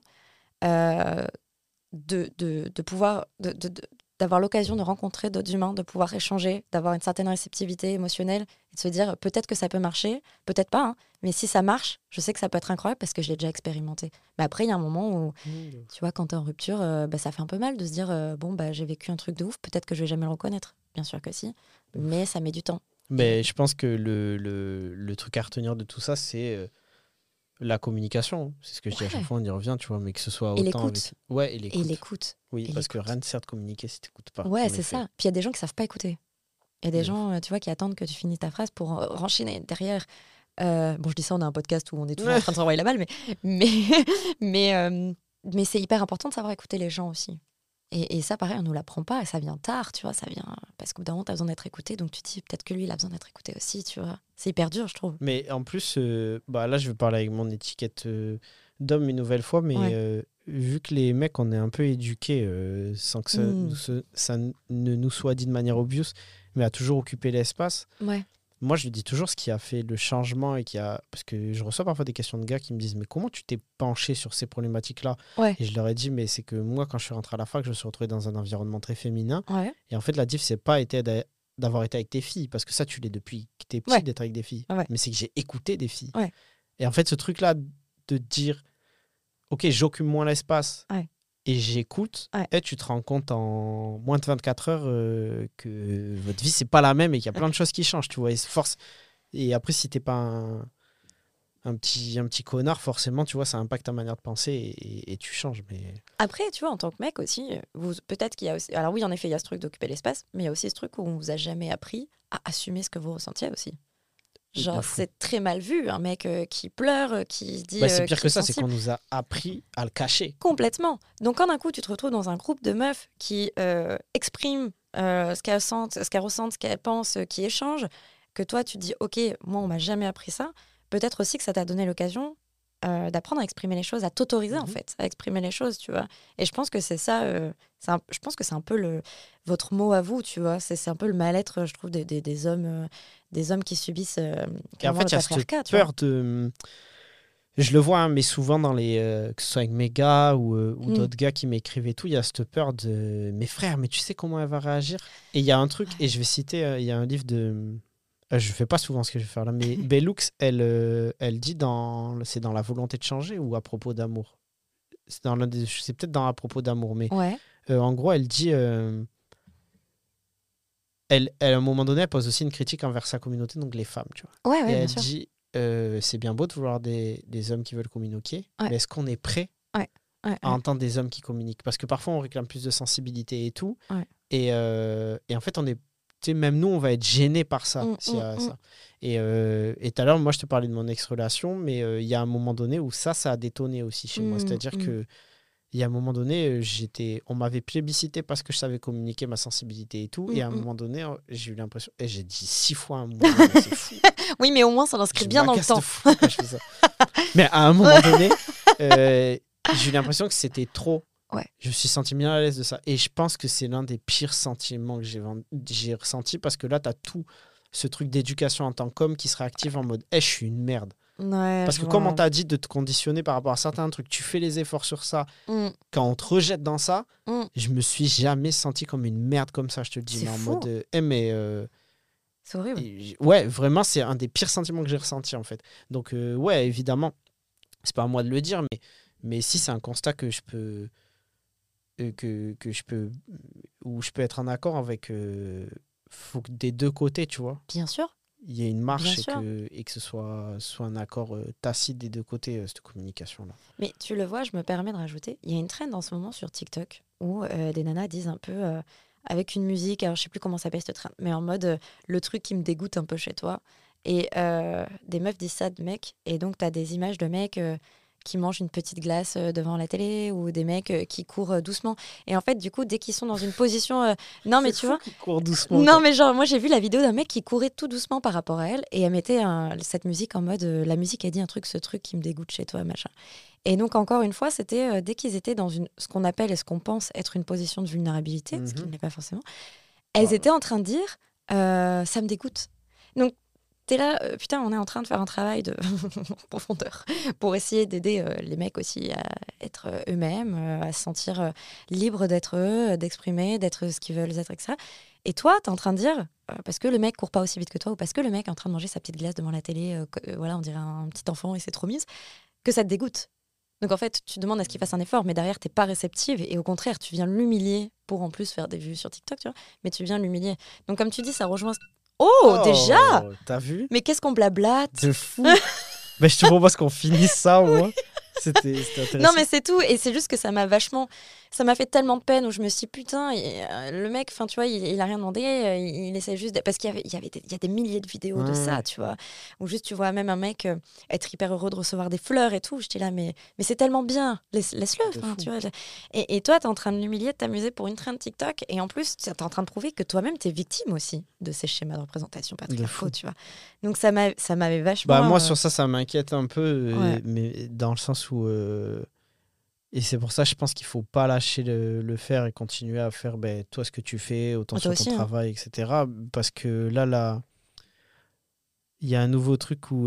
de pouvoir... d'avoir l'occasion de rencontrer d'autres humains, de pouvoir échanger, d'avoir une certaine réceptivité émotionnelle et de se dire peut-être que ça peut marcher, peut-être pas, hein, mais si ça marche, je sais que ça peut être incroyable parce que je l'ai déjà expérimenté. Mais après, il y a un moment où, tu vois, quand t'es en rupture, ça fait un peu mal de se dire j'ai vécu un truc de ouf, peut-être que je vais jamais le reconnaître. Bien sûr que si, mais ça met du temps. Mais je pense que le truc à retenir de tout ça, c'est la communication. C'est ce que je dis à chaque Ouais. fois, on y revient, tu vois, mais que ce soit Et autant l'écoute. Ouais, et Et l'écoute. l'écoute. Oui, Et parce que l'écoute. rien ne sert de communiquer si t'écoutes pas. Ouais, en c'est effet. ça. Puis il y a des gens qui savent pas écouter. Il y a des De gens, tu vois, qui attendent que tu finisses ta phrase pour renchaîner derrière. Bon, je dis ça, on a un podcast où on est toujours en train de s'envoyer la balle, mais c'est hyper important de savoir écouter les gens aussi. Et ça, pareil, on nous l'apprend pas, et ça vient tard, tu vois, ça vient parce qu'au bout d'un moment, t'as besoin d'être écouté, donc tu te dis peut-être que lui, il a besoin d'être écouté aussi, tu vois. C'est hyper dur, je trouve. Mais en plus, là, je vais parler avec mon étiquette d'homme une nouvelle fois, mais Ouais. vu que les mecs, on est un peu éduqués sans que ça ne nous soit dit de manière obvious, mais à toujours occuper l'espace. Ouais. Moi, je lui dis toujours ce qui a fait le changement et qui a... Parce que je reçois parfois des questions de gars qui me disent « Mais comment tu t'es penché sur ces problématiques-là ?» Ouais. Et je leur ai dit « Mais c'est que moi, quand je suis rentré à la fac, je me suis retrouvé dans un environnement très féminin. Ouais. Et en fait, la diff, c'est pas été d'avoir été avec tes filles, parce que ça, tu l'es depuis que t'es petit, Ouais. d'être avec des filles. Ouais. Mais c'est que j'ai écouté des filles. Ouais. Et en fait, ce truc-là de dire « Ok, j'occupe moins l'espace. Ouais. Et j'écoute, Ouais. et tu te rends compte en moins de 24 heures que votre vie, c'est pas la même et qu'il y a plein de choses qui changent, tu vois. Et après, si t'es pas un petit connard, forcément, tu vois, ça impacte ta manière de penser et tu changes. Mais Après, tu vois, en tant que mec aussi, peut-être qu'il y a aussi... Alors oui, en effet, il y a ce truc d'occuper l'espace, mais il y a aussi ce truc où on vous a jamais appris à assumer ce que vous ressentiez aussi. Genre, De fou. c'est très mal vu, un mec qui pleure, qui se dit... c'est pire qui que est ça, c'est sensible. qu'on nous a appris à le cacher. Complètement. Donc, quand d'un coup, tu te retrouves dans un groupe de meufs qui expriment ce qu'elles ressentent, ce qu'elles pensent, qui échangent, que toi, tu te dis, OK, moi, on m'a jamais appris ça, peut-être aussi que ça t'a donné l'occasion d'apprendre à exprimer les choses, à t'autoriser, en fait, à exprimer les choses, tu vois. Et je pense que c'est ça, je pense que c'est un peu votre mot à vous, tu vois. C'est un peu le mal-être, je trouve, des hommes qui subissent Et en clairement fait, le il y a cette patriarcat, tu vois. peur de... Je le vois, hein, mais souvent dans les... que ce soit avec mes gars ou d'autres gars qui m'écrivent et tout, il y a cette peur de... Mes frères, mais tu sais comment elle va réagir? Et il y a un truc, et je vais citer, il y a un livre de... je fais pas souvent ce que je vais faire là, mais Bellux, elle dit c'est dans La volonté de changer ou À propos d'amour? C'est peut-être dans À propos d'amour, mais Ouais. en gros, elle dit... Elle, à un moment donné, elle pose aussi une critique envers sa communauté, donc les femmes, tu vois. Ouais, Et bien elle sûr. dit, c'est bien beau de vouloir des hommes qui veulent communiquer, Ouais. mais est-ce qu'on est prêt Ouais, à entendre des hommes qui communiquent? Parce que parfois, on réclame plus de sensibilité et tout. Ouais. Et en fait, on est... Tu sais, même nous, on va être gênés par ça. s'il y a ça. Et tout à l'heure, moi, je te parlais de mon ex-relation, mais il y a un moment donné où ça a détonné aussi chez moi. C'est-à-dire que il y a un moment donné, on m'avait plébiscité parce que je savais communiquer ma sensibilité et tout. Et à un moment donné, j'ai eu l'impression... Et j'ai dit 6 fois un mot. C'est fou. Oui, mais au moins, ça l'inscrit Je bien dans le m'agace de temps. fou quand je fais ça. Mais à un moment donné, j'ai eu l'impression que c'était trop. Ouais. Je me suis senti bien à l'aise de ça. Et je pense que c'est l'un des pires sentiments que j'ai ressenti parce que là, tu as tout ce truc d'éducation en tant qu'homme qui se réactive en mode je suis une merde. Ouais, Parce que comme on t'a dit de te conditionner par rapport à certains trucs, tu fais les efforts sur ça. Quand on te rejette dans ça, je me suis jamais senti comme une merde comme ça, je te le dis. C'est Mais en fou. mode c'est horrible. ouais, vraiment, c'est un des pires sentiments que j'ai ressenti en fait. Donc ouais, évidemment, c'est pas à moi de le dire, mais si c'est un constat que je peux où je peux être en accord avec faut que des deux côtés, tu vois, Bien sûr. il y ait une marche Bien et que ce soit un accord tacite des deux côtés, cette communication là. Mais tu le vois, je me permets de rajouter, il y a une trend en ce moment sur TikTok où des nanas disent un peu avec une musique, alors je sais plus comment s'appelle cette trend, mais en mode le truc qui me dégoûte un peu chez toi. Et des meufs disent ça de mecs, et donc tu as des images de mecs qui mangent une petite glace devant la télé ou des mecs qui courent doucement. Et en fait, du coup, dès qu'ils sont dans une position... non, mais tu vois... Cours doucement. Non, mais genre, moi, j'ai vu la vidéo d'un mec qui courait tout doucement par rapport à elle et elle mettait cette musique en mode la musique a dit ce truc qui me dégoûte chez toi, machin. Et donc, encore une fois, c'était dès qu'ils étaient dans ce qu'on appelle et ce qu'on pense être une position de vulnérabilité, ce qui ne l'est pas forcément, elles étaient en train de dire ça me dégoûte. Donc, t'es là, putain, on est en train de faire un travail de profondeur pour essayer d'aider les mecs aussi à être eux-mêmes, à se sentir libres d'être eux, d'exprimer, d'être ce qu'ils veulent être, etc. Et toi, t'es en train de dire, parce que le mec court pas aussi vite que toi, ou parce que le mec est en train de manger sa petite glace devant la télé, voilà, on dirait un petit enfant et c'est trop mise, que ça te dégoûte. Donc en fait, tu demandes à ce qu'il fasse un effort, mais derrière, t'es pas réceptive et au contraire, tu viens l'humilier pour en plus faire des vues sur TikTok, tu vois, mais tu viens l'humilier. Donc comme tu dis, ça rejoint... Oh, déjà. T'as vu? Mais qu'est-ce qu'on blablate? De fou. Mais je te propose qu'on finisse ça, moi. C'était intéressant. Non, mais c'est tout. Et c'est juste que ça m'a fait tellement de peine où je me suis dit, putain, le mec, enfin, tu vois, il a rien demandé. Il essaie juste. Parce qu'il y a des milliers de vidéos de ça, tu vois. Où juste, tu vois même un mec être hyper heureux de recevoir des fleurs et tout. J'étais là, mais c'est tellement bien. Laisse-le, tu vois. Et toi, t'es en train de l'humilier, de t'amuser pour une traîne TikTok. Et en plus, t'es en train de prouver que toi-même, t'es victime aussi de ces schémas de représentation patriarcaux, tu vois. Donc, ça m'avait vachement. Moi, sur ça m'inquiète un peu. Mais dans le sens où. Et c'est pour ça, je pense qu'il ne faut pas lâcher le faire et continuer à faire toi ce que tu fais, autant sur ton travail, etc. Parce que là, il y a un nouveau truc où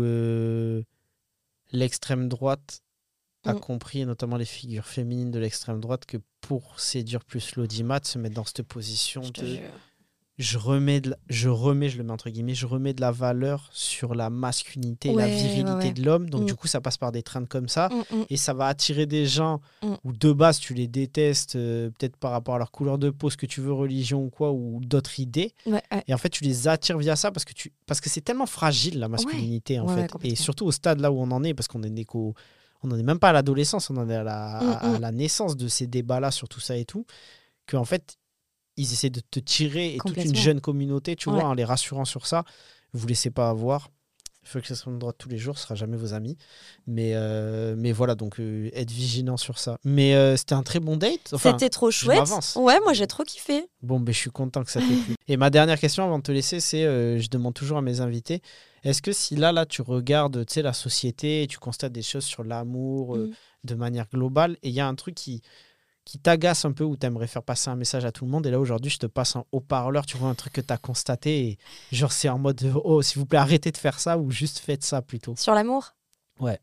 l'extrême droite a compris, notamment les figures féminines de l'extrême droite, que pour séduire plus l'audimat, se mettre dans cette position je remets, je le mets entre guillemets, je remets de la valeur sur la masculinité et la virilité de l'homme. Donc, du coup, ça passe par des trends comme ça. Et ça va attirer des gens où, de base, tu les détestes, peut-être par rapport à leur couleur de peau, ce que tu veux, religion ou quoi, ou d'autres idées. Et en fait, tu les attires via ça parce que c'est tellement fragile, la masculinité, en fait. Et surtout au stade là où on en est, parce qu'on est on n'en est même pas à l'adolescence, on en est à la naissance de ces débats-là sur tout ça et tout, qu'en fait, ils essaient de te tirer et toute une jeune communauté, tu vois, en les rassurant sur ça. Vous laissez pas avoir. Il faut que ça soit de droite tous les jours, ce sera jamais vos amis. Mais voilà, donc être vigilant sur ça. Mais c'était un très bon date. Enfin, c'était trop chouette. Ouais, moi j'ai trop kiffé. Bon, je suis content que ça t'ait plu. Et ma dernière question avant de te laisser, c'est je demande toujours à mes invités, est-ce que si là tu regardes la société et tu constates des choses sur l'amour de manière globale, et il y a un truc qui t'agace un peu, où tu aimerais faire passer un message à tout le monde, et là aujourd'hui je te passe un haut-parleur, tu vois un truc que tu as constaté, et genre c'est en mode oh s'il vous plaît arrêtez de faire ça, ou juste faites ça plutôt. Sur l'amour ? Ouais.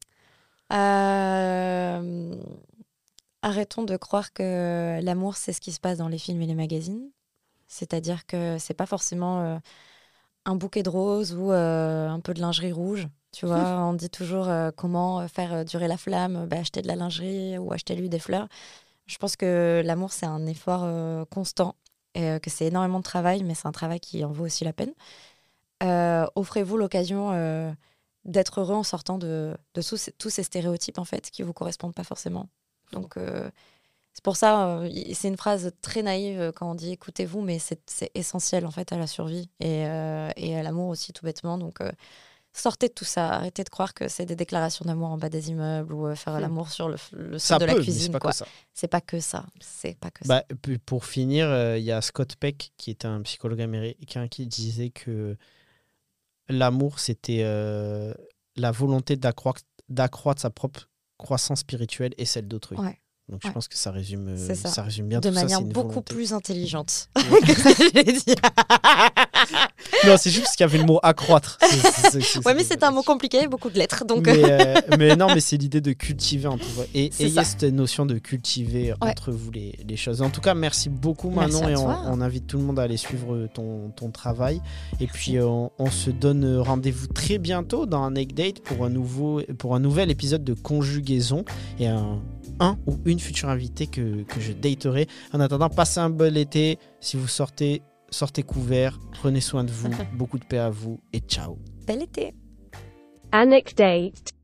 Arrêtons de croire que l'amour c'est ce qui se passe dans les films et les magazines, c'est-à-dire que c'est pas forcément un bouquet de roses ou un peu de lingerie rouge. Tu vois, on dit toujours comment faire durer la flamme, acheter de la lingerie ou acheter lui des fleurs. Je pense que l'amour, c'est un effort constant, et que c'est énormément de travail, mais c'est un travail qui en vaut aussi la peine. Offrez-vous l'occasion d'être heureux en sortant de tous ces stéréotypes, en fait, qui ne vous correspondent pas forcément. Donc, c'est pour ça, c'est une phrase très naïve quand on dit « écoutez-vous », mais c'est essentiel, en fait, à la survie et à l'amour aussi, tout bêtement. Donc, sortez de tout ça, arrêtez de croire que c'est des déclarations d'amour en bas des immeubles ou faire l'amour sur le sol de la cuisine. C'est pas que ça. Pour finir, il y a Scott Peck, qui est un psychologue américain, qui disait que l'amour, c'était la volonté d'accroître sa propre croissance spirituelle et celle d'autrui. Ouais. Donc je pense que ça résume bien de tout ça. De manière beaucoup plus intelligente que ce que j'ai dit. Non, c'est juste qu'il y avait le mot accroître. Mais c'est un mot compliqué, beaucoup de lettres. Donc... mais c'est l'idée de cultiver entre vous. Et il y a cette notion de cultiver entre vous les choses. En tout cas, merci beaucoup Manon, et on invite tout le monde à aller suivre ton travail. Et puis on se donne rendez-vous très bientôt dans un Egg Date pour un nouvel épisode de Conjugaison et un ou une future invitée que je daterai. En attendant, passez un bel été. Si vous sortez couvert, prenez soin de vous. Beaucoup de paix à vous et ciao. Bel été. Anecdate.